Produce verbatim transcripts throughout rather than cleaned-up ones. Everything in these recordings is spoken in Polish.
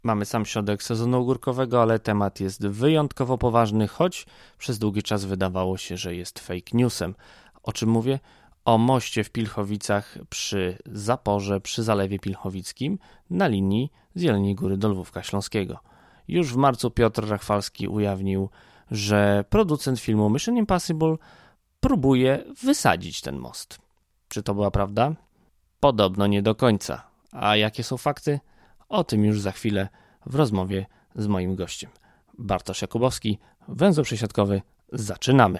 Mamy sam środek sezonu ogórkowego, ale temat jest wyjątkowo poważny, choć przez długi czas wydawało się, że jest fake newsem. O czym mówię? O moście w Pilchowicach przy zaporze przy Zalewie Pilchowickim na linii z Jeleniej Góry do Lwówka Śląskiego. Już w marcu Piotr Rachwalski ujawnił, że producent filmu Mission Impossible próbuje wysadzić ten most. Czy to była prawda? Podobno nie do końca. A jakie są fakty? O tym już za chwilę w rozmowie z moim gościem. Bartosz Jakubowski, Węzeł Przesiadkowy. Zaczynamy.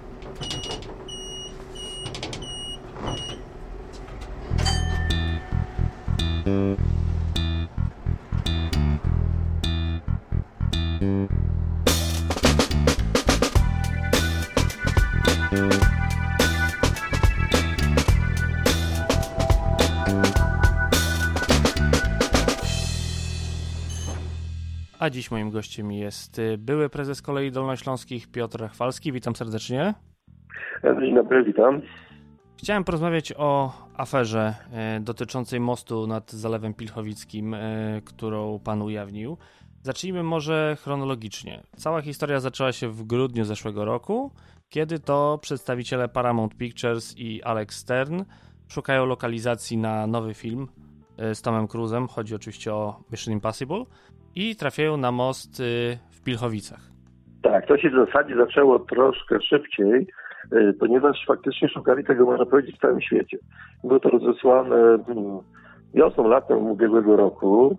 A dziś moim gościem jest były prezes Kolei Dolnośląskich Piotr Rachwalski. Witam serdecznie. Dzień dobry, witam. Chciałem porozmawiać o aferze dotyczącej mostu nad Zalewem Pilchowickim, którą pan ujawnił. Zacznijmy może chronologicznie. Cała historia zaczęła się w grudniu zeszłego roku, kiedy to przedstawiciele Paramount Pictures i Alex Stern szukają lokalizacji na nowy film z Tomem Cruise'em. Chodzi oczywiście o Mission Impossible. I trafiają na most w Pilchowicach. Tak, to się w zasadzie zaczęło troszkę szybciej, ponieważ faktycznie szukali tego, można powiedzieć, w całym świecie. Było to rozesłane wiosną, latem ubiegłego roku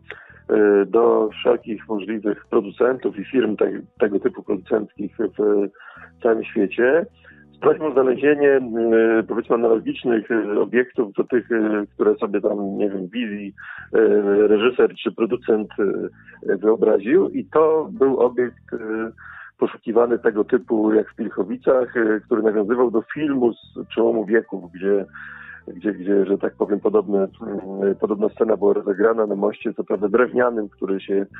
do wszelkich możliwych producentów i firm te, tego typu producenckich w całym świecie z prośbą o znalezienie, powiedzmy, analogicznych obiektów do tych, które sobie tam, nie wiem, wizji reżyser czy producent wyobraził, i to był obiekt poszukiwany tego typu jak w Pilchowicach, który nawiązywał do filmu z przełomu wieków, gdzie Gdzie, gdzie, że tak powiem, podobne, podobna scena była rozegrana na moście, co prawda drewnianym, który się e,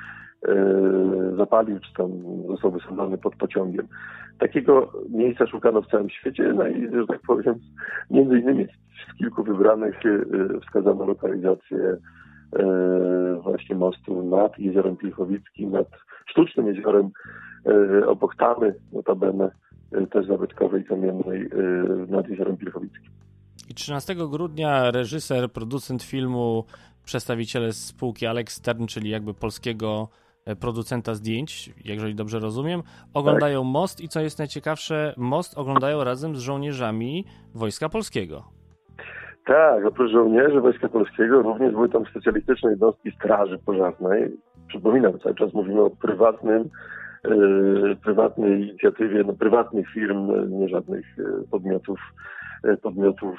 zapalił, czy tam został wysadzony pod pociągiem. Takiego miejsca szukano w całym świecie, no i, że tak powiem, między innymi z kilku wybranych e, wskazano lokalizację e, właśnie mostu nad Jeziorem Pilchowickim, nad sztucznym jeziorem e, obok Tamy, notabene e, też zabytkowej, kamiennej, e, nad Jeziorem Pilchowickim. I trzynastego grudnia reżyser, producent filmu, przedstawiciele spółki Alex Stern, czyli jakby polskiego producenta zdjęć, jeżeli dobrze rozumiem, oglądają tak. most i co jest najciekawsze, most oglądają razem z żołnierzami Wojska Polskiego. Tak, oprócz żołnierzy Wojska Polskiego również były tam specjalistyczne jednostki straży pożarnej. Przypominam, cały czas mówimy o prywatnym, yy, prywatnej inicjatywie, no, prywatnych firm, nie żadnych podmiotów podmiotów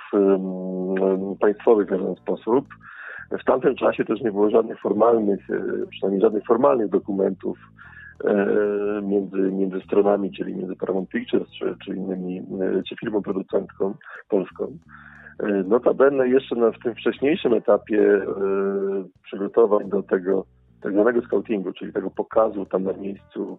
um, państwowych w żaden sposób. W tamtym czasie też nie było żadnych formalnych, przynajmniej żadnych formalnych dokumentów e, między, między stronami, czyli między Paramount Pictures czy, czy innymi, czy firmą producentką polską. E, notabene jeszcze na, w tym wcześniejszym etapie e, przygotowań do tego tak zwanego scoutingu, czyli tego pokazu tam na miejscu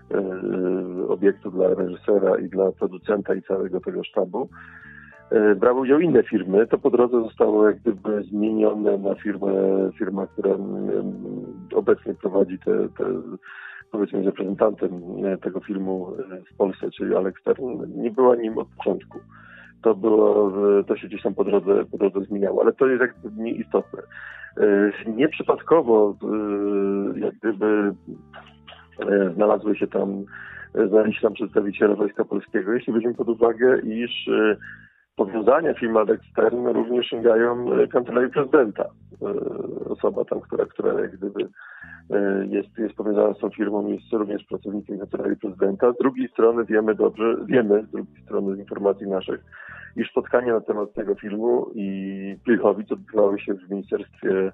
e, obiektu dla reżysera i dla producenta i całego tego sztabu, brały udział inne firmy. To po drodze zostało jak gdyby zmienione na firmę, firma, która obecnie prowadzi te, te powiedzmy reprezentantem tego filmu w Polsce, czyli Alex Stern. Nie była nim od początku. To było, to się gdzieś tam po drodze, po drodze zmieniało, ale to jest jak nieistotne. Nieprzypadkowo jak gdyby znalazły się tam, znaleźli się tam przedstawiciele Wojska Polskiego, jeśli weźmiemy pod uwagę, iż powiązania firmy Alex Stern również sięgają kancelarii prezydenta. Osoba tam, która, która jak gdyby jest, jest powiązana z tą firmą, jest również pracownikiem kancelarii prezydenta. Z drugiej strony wiemy dobrze, wiemy z drugiej strony z informacji naszych, iż spotkania na temat tego filmu i Pilchowic odbywały się w Ministerstwie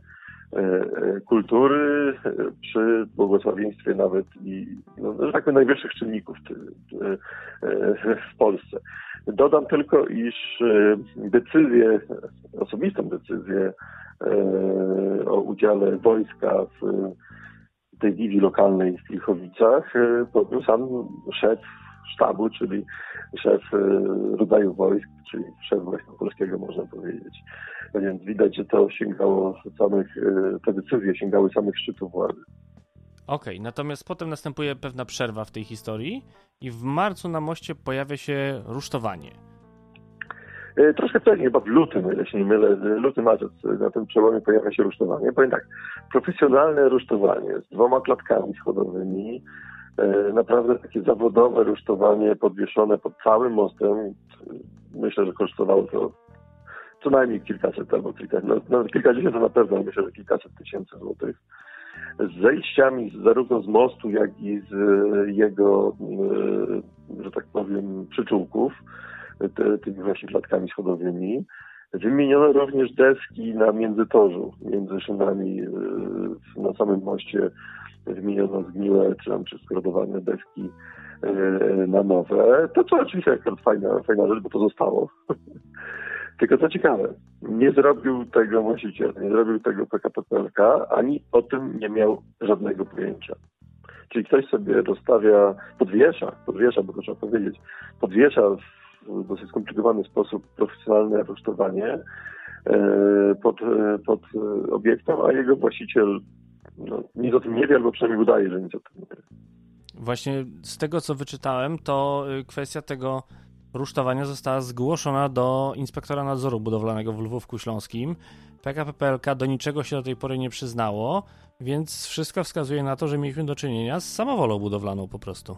Kultury, przy błogosławieństwie nawet i, no, że tak powiem, najwyższych czynników w Polsce. Dodam tylko, iż decyzję, osobistą decyzję o udziale wojska w tej wizji lokalnej w Pilchowicach podjął sam szef sztabu, czyli szef rodzaju wojsk, czyli szef Wojska Polskiego, można powiedzieć. Więc widać, że to sięgało samych, te decyzje sięgały samych szczytów władzy. Okej, okay, natomiast potem następuje pewna przerwa w tej historii i w marcu na moście pojawia się rusztowanie. Troszkę wcześniej, chyba w lutym, o ile się nie mylę, luty, marzec, na tym przełomie pojawia się rusztowanie. Powiem tak, profesjonalne rusztowanie z dwoma klatkami schodowymi, naprawdę takie zawodowe rusztowanie podwieszone pod całym mostem. Myślę, że kosztowało to co najmniej kilkaset albo kilka, no, no, kilkadziesiąt to na pewno, myślę, że kilkaset tysięcy złotych. Z zejściami zarówno z mostu, jak i z jego, że tak powiem, przyczółków, te, tymi właśnie klatkami schodowymi. Wymieniono również deski na międzytorzu, między szynami na samym moście. Wymieniono zgniłe czy tam skorodowane deski na nowe. To co oczywiście akurat fajna, fajna rzecz, bo to zostało. Tylko co ciekawe, nie zrobił tego właściciel, nie zrobił tego P K P P L K, ani o tym nie miał żadnego pojęcia. Czyli ktoś sobie rozstawia, podwiesza, podwiesza, bo to trzeba powiedzieć, podwiesza w dosyć skomplikowany sposób profesjonalne rusztowanie pod, pod obiektem, a jego właściciel no, nic o tym nie wie, albo przynajmniej udaje, że nic o tym nie wie. Właśnie z tego, co wyczytałem, to kwestia tego rusztowania została zgłoszona do inspektora nadzoru budowlanego w Lwówku Śląskim. P K P P L K do niczego się do tej pory nie przyznało, więc wszystko wskazuje na to, że mieliśmy do czynienia z samowolą budowlaną po prostu.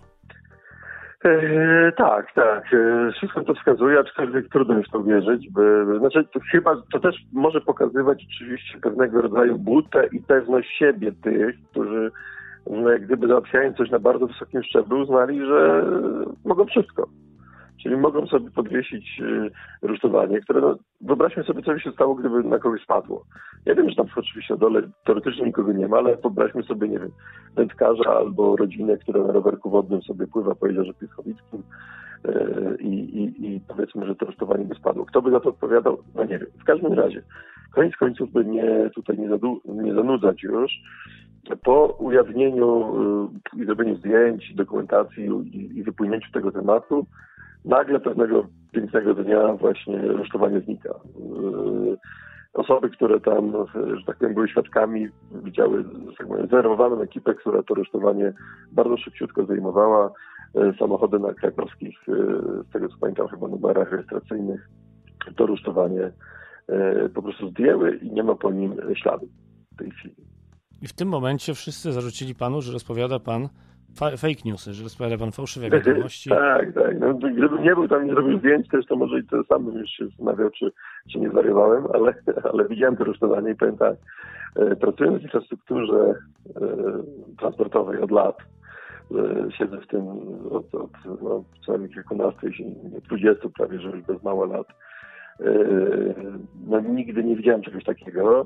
E, tak, tak. E, wszystko to wskazuje, aczkolwiek trudno już to wierzyć. By, znaczy, to chyba to też może pokazywać oczywiście pewnego rodzaju butę i pewność siebie tych, którzy no, jak gdyby załatwiając coś na bardzo wysokim szczeblu, uznali, że mogą wszystko. Czyli mogą sobie podwiesić y, rusztowanie, które, no, wyobraźmy sobie, co by się stało, gdyby na kogoś spadło. Ja wiem, że tam oczywiście na dole teoretycznie nikogo nie ma, ale wyobraźmy sobie, nie wiem, wędkarza albo rodzinę, która na rowerku wodnym sobie pływa po jeziorze Piechowickim y, i, i powiedzmy, że to rusztowanie by spadło. Kto by za to odpowiadał? No nie wiem. W każdym razie, koniec końców, by nie, tutaj nie, zadu, nie zanudzać już, po ujawnieniu i y, zrobieniu zdjęć, dokumentacji i, i wypłynięciu tego tematu, nagle pewnego pięknego dnia właśnie rusztowanie znika. Osoby, które tam, że tak powiem, były świadkami, widziały, że tak powiem, zdenerwowaną ekipę, która to rusztowanie bardzo szybciutko zajmowała. Samochody na krakowskich, z tego co pamiętam, chyba numerach rejestracyjnych, to rusztowanie po prostu zdjęły i nie ma po nim śladu w tej chwili. I w tym momencie wszyscy zarzucili panu, że rozpowiada pan fake newsy, że rozpowiada pan fałszywe wiadomości. Tak, tak. No, gdybym nie był tam, nie zrobił zdjęć też, to może i to sam bym już się zastanawiał, czy, czy nie zwariowałem, ale, ale widziałem to rusztowanie i powiem tak, e, pracując w infrastrukturze e, transportowej od lat, e, siedzę w tym od, od no, co najmniej kilkunastu, jeśli nie dwudziestu prawie, że już bez mała lat. E, no, nigdy nie widziałem czegoś takiego.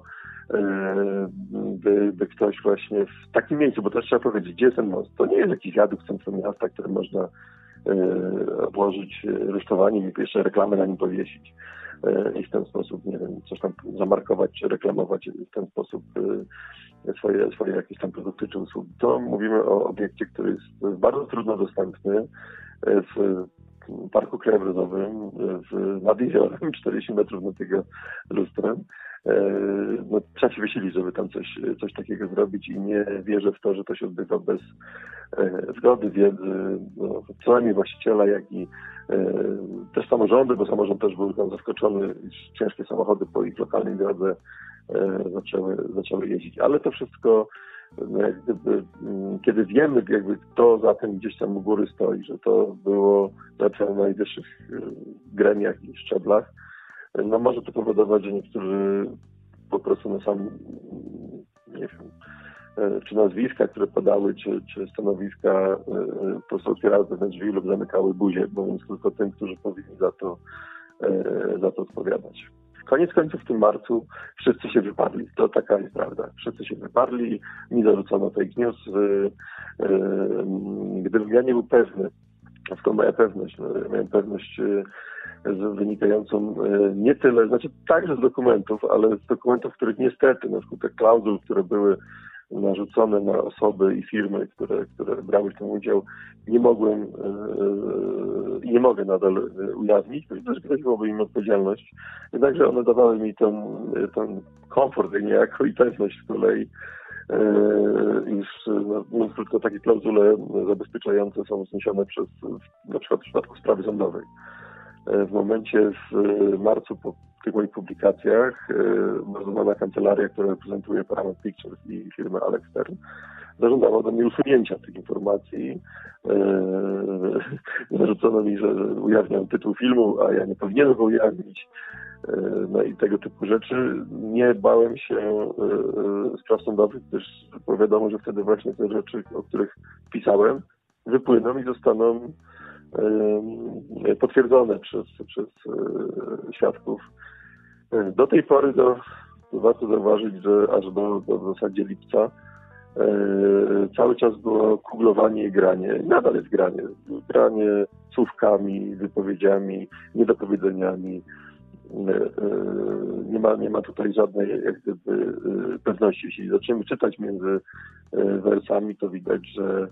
By, by ktoś właśnie w takim miejscu, bo też trzeba powiedzieć, gdzie jest ten most. To nie jest jakiś wiadukt w centrum miasta, który można e, obłożyć rusztowaniem i jeszcze reklamę na nim powiesić e, i w ten sposób, nie wiem, coś tam zamarkować czy reklamować w ten sposób e, swoje, swoje jakieś tam produkty czy usługi. To mówimy o obiekcie, który jest bardzo trudno dostępny e, w Parku Krajobrazowym w, nad jeziorem, czterdzieści metrów nad jego lustrem. No, trzeba się wysilić, żeby tam coś, coś takiego zrobić i nie wierzę w to, że to się odbywa bez e, zgody, wiedzy, no, co najmniej właściciela, jak i e, też samorządy, bo samorząd też był tam zaskoczony, iż ciężkie samochody po ich lokalnej drodze e, zaczęły, zaczęły jeździć. Ale to wszystko, no, jak gdyby, m, kiedy wiemy, jakby kto za tym gdzieś tam u góry stoi, że to było na najwyższych gremiach i szczeblach, no może to powodować, że niektórzy po prostu na sam, nie wiem, czy nazwiska, które podały, czy, czy stanowiska po prostu otwierały pewne drzwi lub zamykały buzię, mówiąc tylko tym, którzy powinni za to, za to odpowiadać. Koniec końców w tym marcu wszyscy się wyparli. To taka jest prawda. Wszyscy się wyparli, mi zarzucono fake news. Gdybym ja nie był pewny, skąd moja pewność? No, ja miałem pewność wynikającą nie tyle, znaczy także z dokumentów, ale z dokumentów, których niestety na skutek klauzul, które były narzucone na osoby i firmy, które, które brały w tym udział, nie mogłem i nie mogę nadal ujawnić, bo też groziłoby im odpowiedzialność. Jednakże one dawały mi ten, ten komfort niejako i pewność z kolei, iż no, krótko, takie klauzule zabezpieczające są zniesione przez, na przykład w przypadku sprawy sądowej. W momencie w marcu po tych moich publikacjach bardzo znana kancelaria, która reprezentuje Paramount Pictures i firmę Alex Stern, zażądała do mnie usunięcia tych informacji. Zarzucono mi, że ujawniam tytuł filmu, a ja nie powinienem go ujawnić. No i tego typu rzeczy. Nie bałem się spraw sądowych, gdyż wiadomo, że wtedy właśnie te rzeczy, o których pisałem, wypłyną i zostaną potwierdzone przez, przez świadków. Do tej pory do, to warto zauważyć, że aż do, do w zasadzie lipca cały czas było kuglowanie i granie. Nadal jest granie. Granie słówkami, wypowiedziami, niedopowiedzeniami. Nie ma, nie ma tutaj żadnej jak gdyby pewności. Jeśli zaczniemy czytać między wersami, to widać, że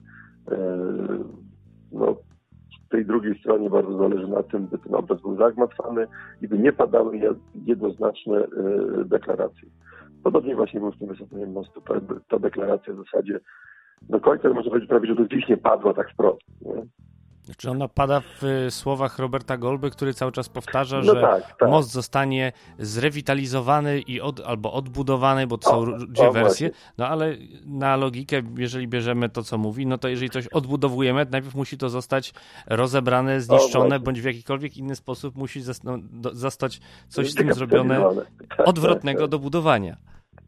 no, tej drugiej stronie bardzo zależy na tym, by ten obraz był zagmatwany i by nie padały jednoznaczne deklaracje. Podobnie właśnie było z tym wysadzeniem mostu. Ta, ta deklaracja w zasadzie do końca można powiedzieć prawie, że do dziś nie padła tak wprost. Nie? Znaczy ona pada w słowach Roberta Golby, który cały czas powtarza, no że tak, tak. most zostanie zrewitalizowany i od, albo odbudowany, bo to są o, dwie o, wersje. właśnie. No ale na logikę, jeżeli bierzemy to, co mówi, no to jeżeli coś odbudowujemy, najpierw musi to zostać rozebrane, zniszczone, o, bądź w jakikolwiek inny sposób musi zas, no, do, zostać coś z tym zrobione tak, odwrotnego tak, tak. do budowania.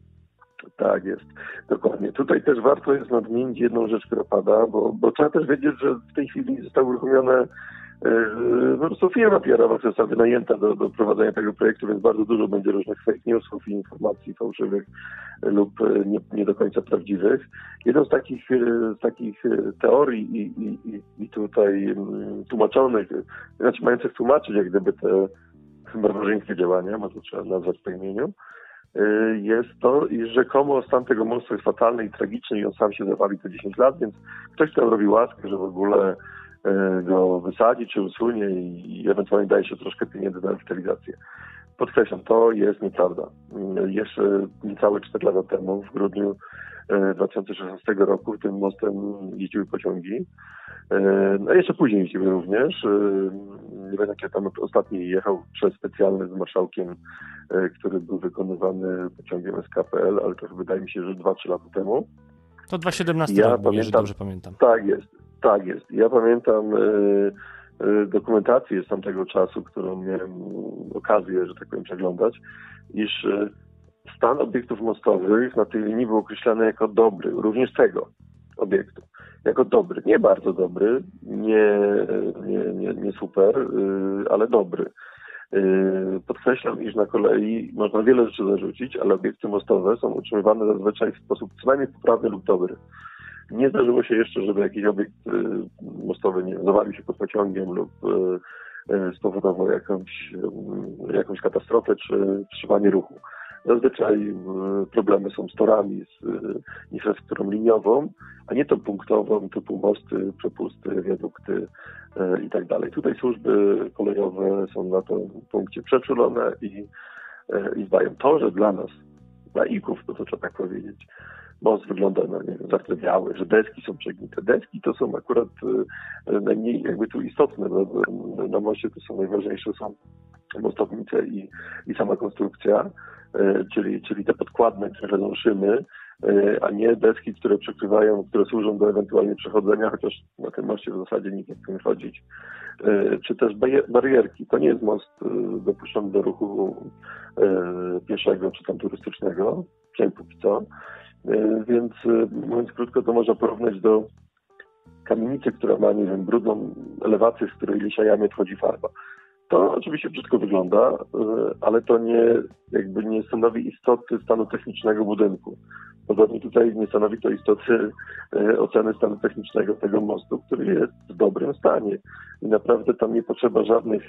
Tak jest, dokładnie. Tutaj też warto jest nadmienić jedną rzecz, która pada, bo, bo trzeba też wiedzieć, że w tej chwili zostały uruchomione yy, po prostu firma P R-owa, która została wynajęta do, do prowadzenia tego projektu, więc bardzo dużo będzie różnych fake newsów i informacji fałszywych lub nie, nie do końca prawdziwych. Jedną z takich, z takich teorii i, i, i tutaj tłumaczonych, znaczy mających tłumaczyć jak gdyby te barbarzyńskie działania, bo to trzeba nazwać po imieniu, jest to, iż rzekomo stan tego mostu jest fatalny i tragiczny i on sam się zawali co dziesięć lat, więc ktoś tam robi łaskę, że w ogóle go wysadzi czy usunie i ewentualnie daje się troszkę pieniędzy na rewitalizację. Podkreślam, to jest nieprawda. Jeszcze niecałe cztery lata temu, w grudniu dwa tysiące szesnastego roku, tym mostem jeździły pociągi. No jeszcze później jeździły również. Nie wiem, jak ja tam ostatni jechał przez specjalny z marszałkiem, który był wykonywany pociągiem S K P L, ale to wydaje mi się, że dwa trzy lata temu. To dwa tysiące siedemnasty ja rok, pamiętam, jeżeli dobrze pamiętam. Tak jest, tak jest. Ja pamiętam y, y, dokumentację z tamtego czasu, którą miałem okazję, że tak powiem, przeglądać, iż y, stan obiektów mostowych na tej linii był określany jako dobry, również tego obiektu. Jako dobry, nie bardzo dobry, nie, nie, nie, nie super, y, ale dobry. Y, podkreślam, iż na kolei można wiele rzeczy zarzucić, ale obiekty mostowe są utrzymywane zazwyczaj w sposób co najmniej poprawny lub dobry. Nie zdarzyło się jeszcze, żeby jakiś obiekt y, mostowy nie zawalił się pod pociągiem lub y, y, spowodował jakąś, y, jakąś katastrofę czy wstrzymanie ruchu. Zazwyczaj y, problemy są z torami, z y, infrastrukturą liniową, a nie to punktową, typu mosty, przepusty, wiadukty y, i tak dalej. Tutaj służby kolejowe są na tym punkcie przeczulone i, y, i dbają. To, że dla nas, laików, to, to trzeba tak powiedzieć, most wygląda na, nie wiem, zardzewiały, że deski są przegnite. Deski to są akurat y, najmniej jakby tu istotne. No, na moście to są najważniejsze są mostownice i, i sama konstrukcja, y, czyli, czyli te podkładne, które leżą szyny, y, a nie deski, które przekrywają, które służą do ewentualnie przechodzenia, chociaż na tym moście w zasadzie nikt nie chce chodzić. Y, czy też barierki. To nie jest most y, dopuszczony do ruchu y, pieszego czy tam turystycznego, przynajmniej póki co. Więc mówiąc krótko, to można porównać do kamienicy, która ma, nie wiem, brudną elewację, z której lisiajami odchodzi farba. To oczywiście brzydko wygląda, ale to nie, jakby nie stanowi istoty stanu technicznego budynku. Podobnie tutaj nie stanowi to istoty oceny stanu technicznego tego mostu, który jest w dobrym stanie. I naprawdę tam nie potrzeba żadnych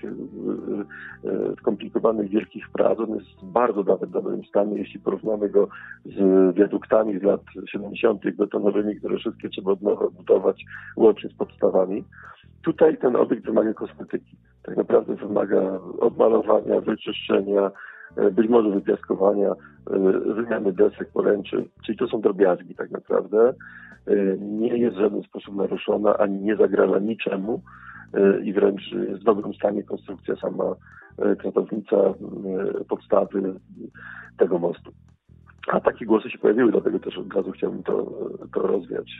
skomplikowanych wielkich prac. On jest w bardzo nawet dobrym stanie, jeśli porównamy go z wiaduktami z lat siedemdziesiątych betonowymi, które wszystkie trzeba od nowa budować łącznie z podstawami. Tutaj ten obiekt wymaga kosmetyki. Tak naprawdę wymaga odmalowania, wyczyszczenia, być może wypiaskowania, wymiany desek, poręczy, czyli to są drobiazgi tak naprawdę. Nie jest w żaden sposób naruszona, ani nie zagraża niczemu i wręcz jest w dobrym stanie konstrukcja sama, kratownica, podstawy tego mostu. A takie głosy się pojawiły, dlatego też od razu chciałbym to, to rozwiać.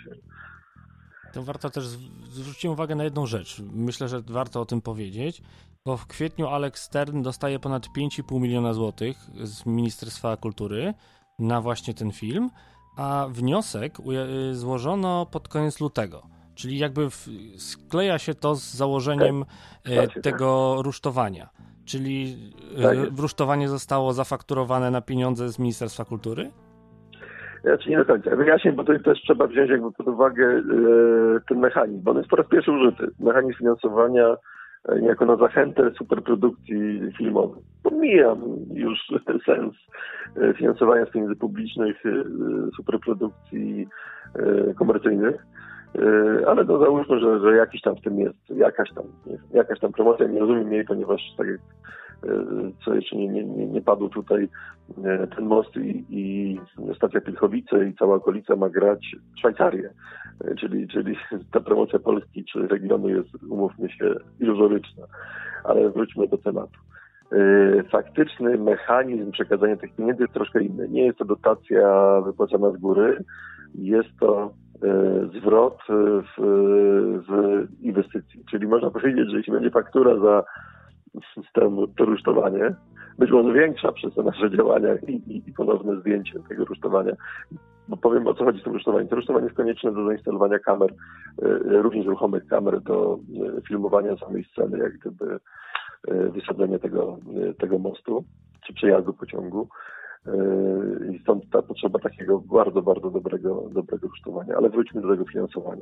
To warto też zwrócić uwagę na jedną rzecz. Myślę, że warto o tym powiedzieć, bo w kwietniu Alex Stern dostaje ponad pięć i pół miliona złotych z Ministerstwa Kultury na właśnie ten film, a wniosek złożono pod koniec lutego. Czyli jakby w, skleja się to z założeniem tak, tak, tego tak. rusztowania. Czyli tak rusztowanie zostało zafakturowane na pieniądze z Ministerstwa Kultury? Znaczy nie do końca. Wyjaśnię, bo to też trzeba wziąć jakby pod uwagę e, ten mechanizm, bo on jest po raz pierwszy użyty. Mechanizm finansowania e, jako na zachętę superprodukcji filmowych. Pomijam już sens e, finansowania z pieniędzy publicznych e, superprodukcji e, komercyjnych, e, ale no załóżmy, że, że jakiś tam w tym jest, jakaś tam, jakaś tam promocja, nie rozumiem jej, ponieważ tak jak co jeszcze nie, nie, nie padło tutaj, ten most i, i stacja Pilchowice i cała okolica ma grać Szwajcarię, czyli, czyli ta promocja Polski czy regionu jest, umówmy się, iluzoryczna, ale wróćmy do tematu. Faktyczny mechanizm przekazania tych pieniędzy jest troszkę inny. Nie jest to dotacja wypłacana z góry, jest to zwrot w, w inwestycji, czyli można powiedzieć, że jeśli będzie faktura za system, to rusztowanie, być może większa przez te nasze działania i, i, i ponowne zdjęcie tego rusztowania. Bo powiem, o co chodzi z tym rusztowaniem. To rusztowanie jest konieczne do zainstalowania kamer, y, również ruchomych kamer do y, filmowania samej sceny, jak gdyby y, wysadzenia tego, y, tego mostu, czy przejazdu pociągu. Y, I stąd ta potrzeba takiego bardzo, bardzo dobrego, dobrego rusztowania. Ale wróćmy do tego finansowania.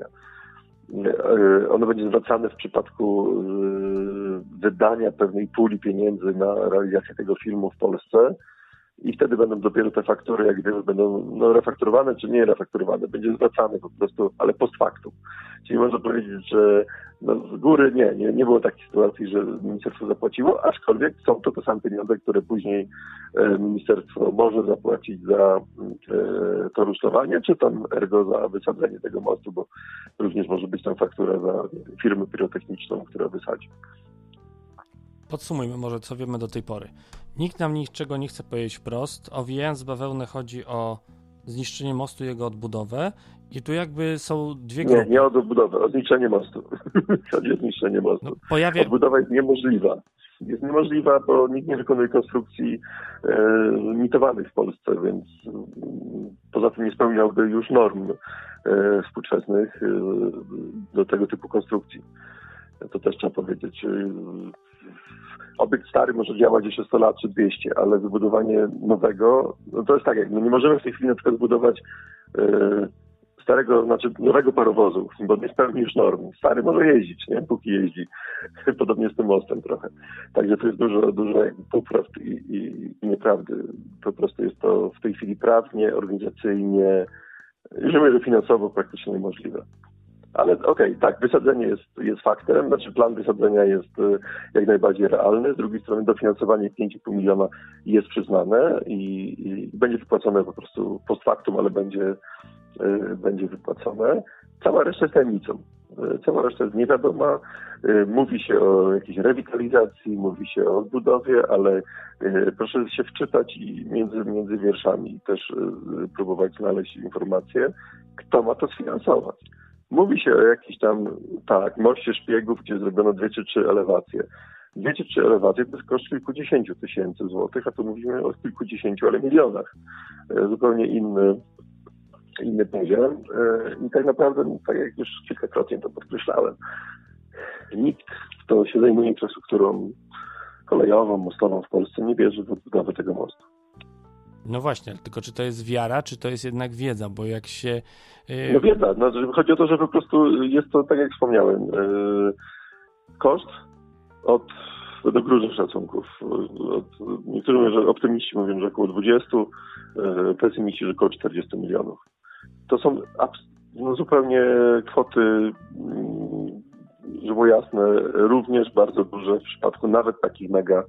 Ono będzie zwracane w przypadku wydania pewnej puli pieniędzy na realizację tego filmu w Polsce i wtedy będą dopiero te faktury, jak gdyby będą no, refakturowane czy nie refakturowane, będzie zwracane po prostu, ale post factum. Czyli można powiedzieć, że no, z góry nie, nie, nie było takiej sytuacji, że ministerstwo zapłaciło, aczkolwiek są to te same pieniądze, które później e, ministerstwo może zapłacić za e, to rusztowanie, czy tam ergo za wysadzenie tego mostu, bo również może być tam faktura za firmę pirotechniczną, która wysadzi. Podsumujmy może, co wiemy do tej pory. Nikt nam niczego nie chce powiedzieć wprost. Owijając bawełnę chodzi o zniszczenie mostu i jego odbudowę. I tu jakby są dwie grupy. Nie, nie o odbudowę, o zniszczenie mostu. Chodzi o zniszczenie mostu. No, pojawia... Odbudowa jest niemożliwa. Jest niemożliwa, bo nikt nie wykonuje konstrukcji e, limitowanych w Polsce, więc e, poza tym nie spełniałby już norm e, współczesnych e, do tego typu konstrukcji. To też trzeba powiedzieć. Obiekt stary może działać jeszcze sto lat czy dwieście, ale wybudowanie nowego, no to jest tak, jak no nie możemy w tej chwili na przykład zbudować e, starego, znaczy nowego parowozu, bo nie spełni już norm. Stary może jeździć, nie? Póki jeździ. Podobnie z tym mostem trochę. Także to jest dużo, dużo półprawd i, i, i nieprawdy. Po prostu jest to w tej chwili prawnie, organizacyjnie, że mówię, że finansowo praktycznie niemożliwe. Ale okej, okay, tak, wysadzenie jest, jest faktem, znaczy plan wysadzenia jest jak najbardziej realny. Z drugiej strony dofinansowanie pięć i pół miliona jest przyznane i, i będzie wypłacone po prostu post factum, ale będzie, y, będzie wypłacone. Cała reszta jest tajemnicą. Y, cała reszta jest niewiadoma. Y, mówi się o jakiejś rewitalizacji, mówi się o odbudowie, ale y, proszę się wczytać i między, między wierszami też y, próbować znaleźć informacje, kto ma to sfinansować. Mówi się o jakichś tam, tak, moście szpiegów, gdzie zrobiono dwie czy trzy elewacje. Dwie czy trzy elewacje to jest koszt kilkudziesięciu tysięcy złotych, a tu mówimy o kilkudziesięciu, ale milionach. E, zupełnie inny, inny poziom. E, I tak naprawdę, tak jak już kilkakrotnie to podkreślałem, nikt, kto się zajmuje infrastrukturą kolejową, mostową w Polsce, nie bierze w odbudowę tego mostu. No właśnie, tylko czy to jest wiara, czy to jest jednak wiedza, bo jak się... Yy... No wiedza, no, chodzi o to, że po prostu jest to, tak jak wspomniałem, yy, koszt od, według różnych szacunków. Od, niektórzy mówią, że optymiści mówią, że około dwudziestu, yy, pesymiści, że około czterdziestu milionów. To są abs- no, zupełnie kwoty, yy, żeby było jasne, również bardzo duże w przypadku nawet takich mega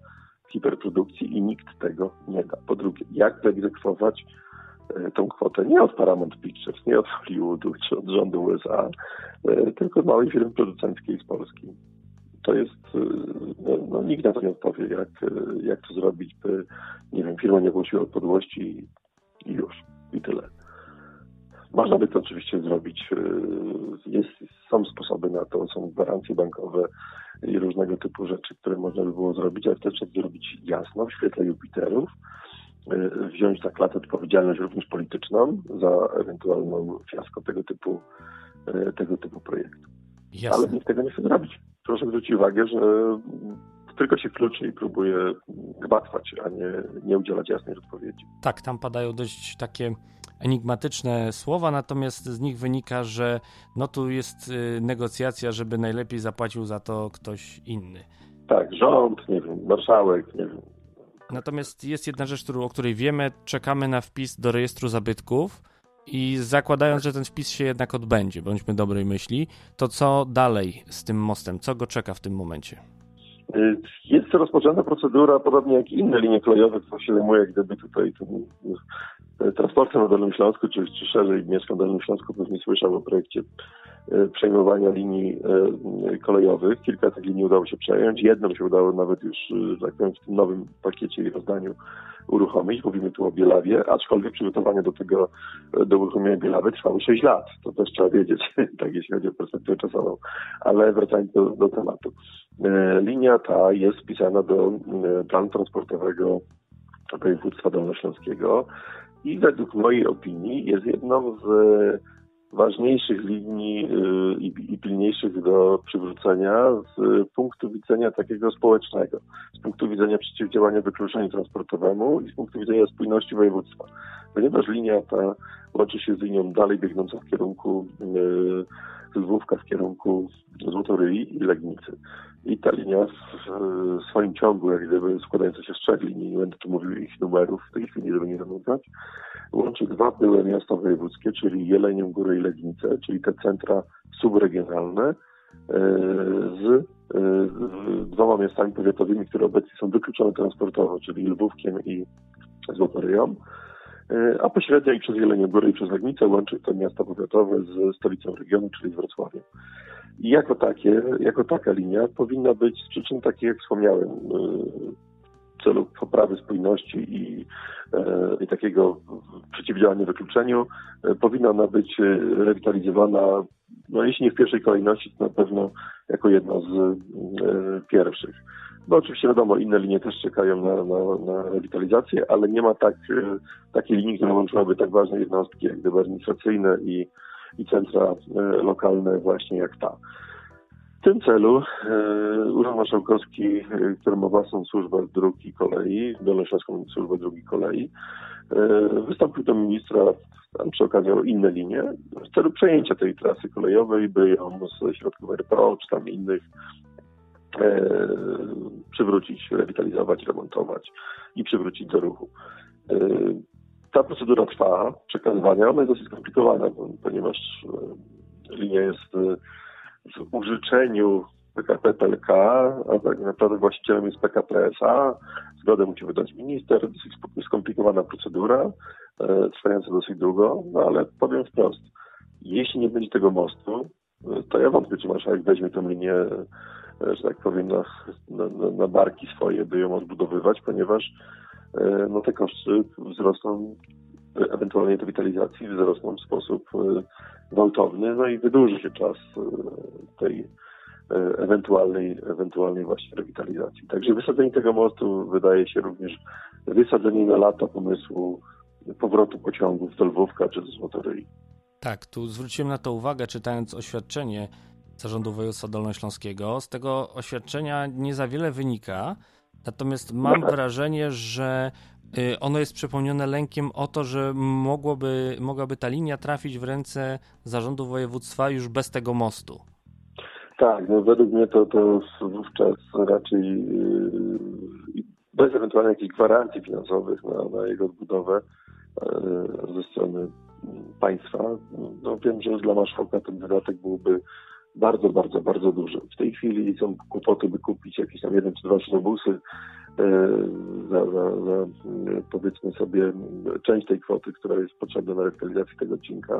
hiperprodukcji i nikt tego nie da. Po drugie, jak wyegzekwować tą kwotę nie od Paramount Pictures, nie od Hollywoodu czy od rządu U S A, tylko od małej firmy producenckiej z Polski. To jest, no, no nikt na to nie odpowie, jak, jak to zrobić, by, nie wiem, firma nie głosiła podłości i, i już, i tyle. Można by to oczywiście zrobić, jest, są sposoby na to, są gwarancje bankowe i różnego typu rzeczy, które można by było zrobić, ale to trzeba zrobić jasno, w świetle Jupiterów, wziąć na klatę odpowiedzialność również polityczną za ewentualną fiasko tego typu, tego typu projektu. Jasne. Ale nikt tego nie chce zrobić. Proszę zwrócić uwagę, że tylko się kluczy i próbuje gmatwać, a nie, nie udzielać jasnej odpowiedzi. Tak, tam padają dość takie enigmatyczne słowa, natomiast z nich wynika, że no tu jest negocjacja, żeby najlepiej zapłacił za to ktoś inny. Tak, rząd, nie wiem, marszałek, nie wiem. Natomiast jest jedna rzecz, którą, o której wiemy, czekamy na wpis do rejestru zabytków i zakładając, że ten wpis się jednak odbędzie, bądźmy dobrej myśli, to co dalej z tym mostem? Co go czeka w tym momencie? Jest rozpoczęta procedura, podobnie jak i inne linie kolejowe, która się zajmuje gdyby tutaj tym transportem na Dolnym Śląsku, czy, czy szerzej mieszkam na Dolnym Śląsku, pewnie słyszał o projekcie przejmowania linii kolejowych. Kilka tych linii udało się przejąć. Jedną się udało nawet już, że tak powiem, w tym nowym pakiecie i rozdaniu uruchomić. Mówimy tu o Bielawie, aczkolwiek przygotowanie do tego, do uruchomienia Bielawy trwało sześć lat. To też trzeba wiedzieć, tak jeśli chodzi o perspektywę czasową. Ale wracając do, do tematu. Linia ta jest wpisana do planu transportowego województwa dolnośląskiego i według mojej opinii jest jedną z ważniejszych linii i, i pilniejszych do przywrócenia z punktu widzenia takiego społecznego, z punktu widzenia przeciwdziałania wykluczeniu transportowemu i z punktu widzenia spójności województwa. Ponieważ linia ta łączy się z linią dalej biegnącą w kierunku z Lwówka w kierunku Złotoryi i Legnicy. I ta linia w swoim ciągu, jak gdyby składająca się z trzech linii, nie będę tu mówił ich numerów w tej chwili, żeby nie zanudzać, łączy dwa były miasta wojewódzkie, czyli Jelenią Górę i Legnicę, czyli te centra subregionalne z dwoma miastami powiatowymi, które obecnie są wykluczone transportowo, czyli Lwówkiem i Złotoryją, a pośrednio i przez Jelenią Górę i przez Legnicę łączy te miasta powiatowe z stolicą regionu, czyli z Wrocławiem. I jako takie, jako taka linia powinna być z przyczyn takich, jak wspomniałem, w celu poprawy spójności i, i takiego przeciwdziałania wykluczeniu, powinna ona być rewitalizowana, no jeśli nie w pierwszej kolejności, to na pewno jako jedna z pierwszych. Bo oczywiście wiadomo, inne linie też czekają na, na, na rewitalizację, ale nie ma tak, takiej linii, która łączyłaby tak ważne jednostki, jak gdyby administracyjne i, i centra lokalne właśnie jak ta. W tym celu e, Urząd Marszałkowski, e, który ma własną służbę dróg i kolei, Dolnośląską Służbę Dróg i Kolei, e, wystąpił do ministra tam przy okazji o inne linie w celu przejęcia tej trasy kolejowej, by ją ze środków R P O czy tam innych e, przywrócić, rewitalizować, remontować i przywrócić do ruchu. E, ta procedura trwa, przekazywania, ona jest dosyć skomplikowana, ponieważ e, linia jest e, w użyczeniu P K P P L K, a tak naprawdę właścicielem jest P K P S A. Zgodę musi wydać minister, dosyć skomplikowana procedura, e, trwająca dosyć długo, no ale powiem wprost, jeśli nie będzie tego mostu, to ja wątpię, czy marszałek weźmie tę linię, że tak powiem, na, na, na barki swoje, by ją odbudowywać, ponieważ e, no, te koszty wzrosną, ewentualnie rewitalizacji wzrosną w sposób e, gwałtowny, no i wydłuży się czas tej ewentualnej, ewentualnej właśnie rewitalizacji. Także wysadzenie tego mostu wydaje się również wysadzenie na lata pomysłu powrotu pociągów do Lwówka czy do Złotoryi. Tak, tu zwróciłem na to uwagę, czytając oświadczenie Zarządu Województwa Dolnośląskiego. Z tego oświadczenia nie za wiele wynika, natomiast mam wrażenie, że ono jest przepełnione lękiem o to, że mogłoby, mogłaby ta linia trafić w ręce Zarządu Województwa już bez tego mostu. Tak, no według mnie to, to wówczas raczej yy, bez ewentualnie jakichś gwarancji finansowych na, na jego odbudowę yy, ze strony państwa. No wiem, że dla marszałka ten wydatek byłby bardzo, bardzo, bardzo duże. W tej chwili są kłopoty, by kupić jakieś tam jeden czy dwa autobusy za, za, za powiedzmy sobie część tej kwoty, która jest potrzebna na rewitalizację tego odcinka.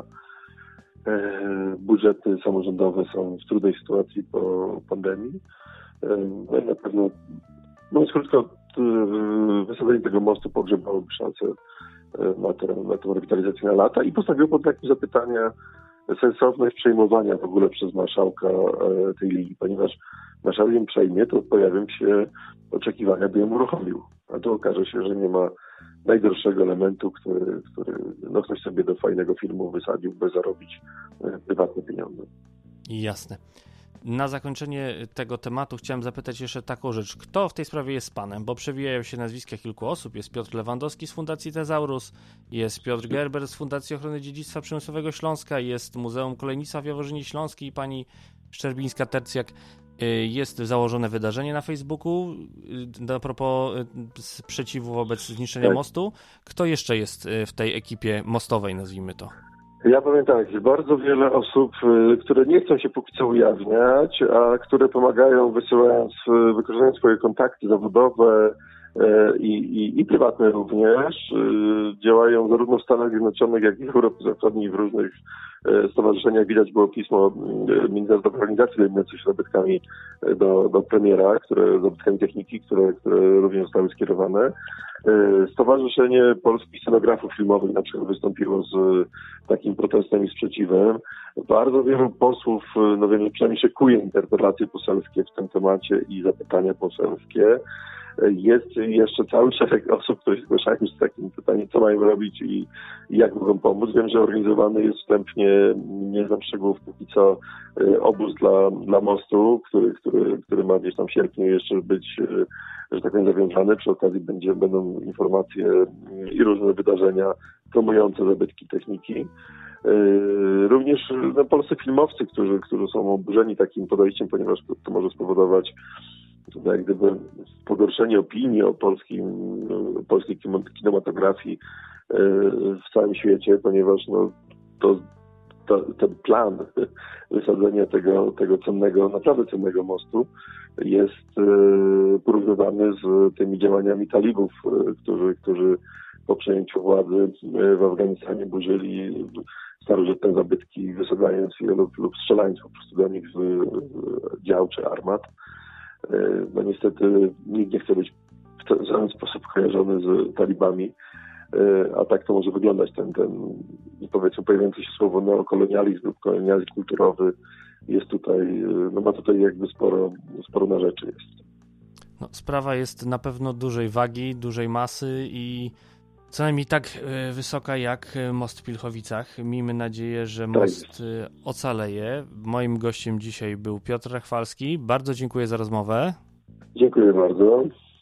Budżety samorządowe są w trudnej sytuacji po pandemii. No i na pewno, mówiąc krótko, wysadzenie tego mostu pogrzebałoby szansę na tę, na tę rewitalizację na lata i postawiło pod znakiem zapytania sensowność przejmowania w ogóle przez marszałka tej linii, ponieważ marszałek ją przejmie, to pojawią się oczekiwania, by ją uruchomił. A to okaże się, że nie ma najdroższego elementu, który, który no ktoś sobie do fajnego filmu wysadził, by zarobić prywatne pieniądze. Jasne. Na zakończenie tego tematu chciałem zapytać jeszcze taką rzecz. Kto w tej sprawie jest panem? Bo przewijają się nazwiska kilku osób. Jest Piotr Lewandowski z Fundacji Tezaurus, jest Piotr Gerber z Fundacji Ochrony Dziedzictwa Przemysłowego Śląska, jest Muzeum Kolejnictwa w Jaworzynie Śląskiej i pani Szczerbińska-Tercjak. Jest założone wydarzenie na Facebooku a propos sprzeciwu wobec zniszczenia tak. mostu. Kto jeszcze jest w tej ekipie mostowej, nazwijmy to? Ja powiem tak, jest bardzo wiele osób, które nie chcą się póki co ujawniać, a które pomagają wysyłając, wykorzystując swoje kontakty zawodowe i, i, i prywatne również. Działają zarówno w Stanach Zjednoczonych, jak i w Europie Zachodniej w różnych stowarzyszeniach. Widać było pismo Międzynarodowej Organizacji zajmującej się zabytkami do, do premiera, które, zabytkami techniki, które, które również zostały skierowane. Stowarzyszenie Polskich Scenografów Filmowych na przykład wystąpiło z takim protestem i sprzeciwem. Bardzo wielu posłów, no wiem, przynajmniej szykuje interpelacje poselskie w tym temacie i zapytania poselskie. Jest jeszcze cały szereg osób, które się zgłaszają z takim pytaniem, co mają robić i, i jak mogą pomóc. Wiem, że organizowany jest wstępnie, nie znam szczegółów póki co, obóz dla, dla mostu, który, który, który ma gdzieś tam w sierpniu jeszcze być, że tak powiem, zawiązany. Przy okazji będzie, będą informacje i różne wydarzenia promujące zabytki techniki. Również no, polscy filmowcy, którzy, którzy są oburzeni takim podejściem, ponieważ to, to może spowodować jak gdyby pogorszenie opinii o polskim, polskiej kinematografii w całym świecie, ponieważ no, to, to, ten plan wysadzenia tego, tego cennego, naprawdę cennego mostu jest porównywany z tymi działaniami talibów, którzy, którzy po przejęciu władzy w Afganistanie burzyli starożytne zabytki, wysadzając je lub, lub strzelając po prostu do nich z dział czy armat. No niestety nikt nie chce być w żaden sposób kojarzony z talibami, a tak to może wyglądać ten, ten powiedzmy pojawiające się słowo neokolonializm lub kolonializm kulturowy jest tutaj, no ma tutaj jakby sporo, sporo na rzeczy jest. No, sprawa jest na pewno dużej wagi, dużej masy i co najmniej tak wysoka jak most w Pilchowicach. Miejmy nadzieję, że most ocaleje. Moim gościem dzisiaj był Piotr Rachwalski. Bardzo dziękuję za rozmowę. Dziękuję bardzo.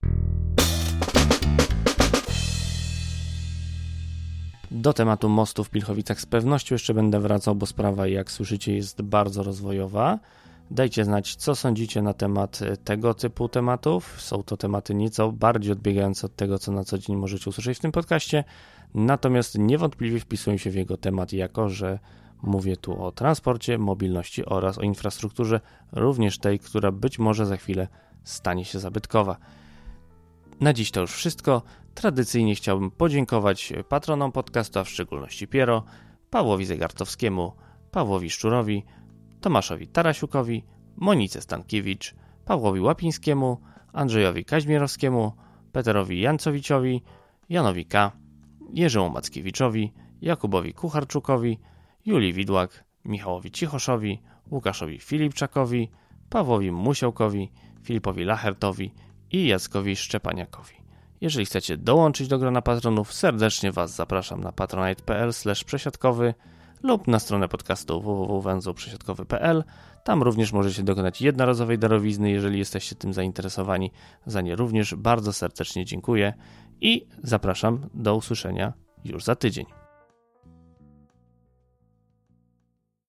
Do tematu mostu w Pilchowicach z pewnością jeszcze będę wracał, bo sprawa, jak słyszycie, jest bardzo rozwojowa. Dajcie znać, co sądzicie na temat tego typu tematów. Są to tematy nieco bardziej odbiegające od tego, co na co dzień możecie usłyszeć w tym podcaście. Natomiast niewątpliwie wpisują się w jego temat, jako że mówię tu o transporcie, mobilności oraz o infrastrukturze, również tej, która być może za chwilę stanie się zabytkowa. Na dziś to już wszystko. Tradycyjnie chciałbym podziękować patronom podcastu, a w szczególności Piero, Pawłowi Zegartowskiemu, Pawłowi Szczurowi, Tomaszowi Tarasiukowi, Monice Stankiewicz, Pawłowi Łapińskiemu, Andrzejowi Kaźmierowskiemu, Peterowi Jancowiciowi, Janowi K., Jerzemu Mackiewiczowi, Jakubowi Kucharczukowi, Julii Widłak, Michałowi Cichoszowi, Łukaszowi Filipczakowi, Pawłowi Musiałkowi, Filipowi Lachertowi i Jackowi Szczepaniakowi. Jeżeli chcecie dołączyć do grona patronów, serdecznie Was zapraszam na patronite.pl slash przesiadkowy lub na stronę podcastu w w w kropka węzeł przesiadkowy kropka p l. Tam również możecie dokonać jednorazowej darowizny, jeżeli jesteście tym zainteresowani. Za nie również bardzo serdecznie dziękuję i zapraszam do usłyszenia już za tydzień.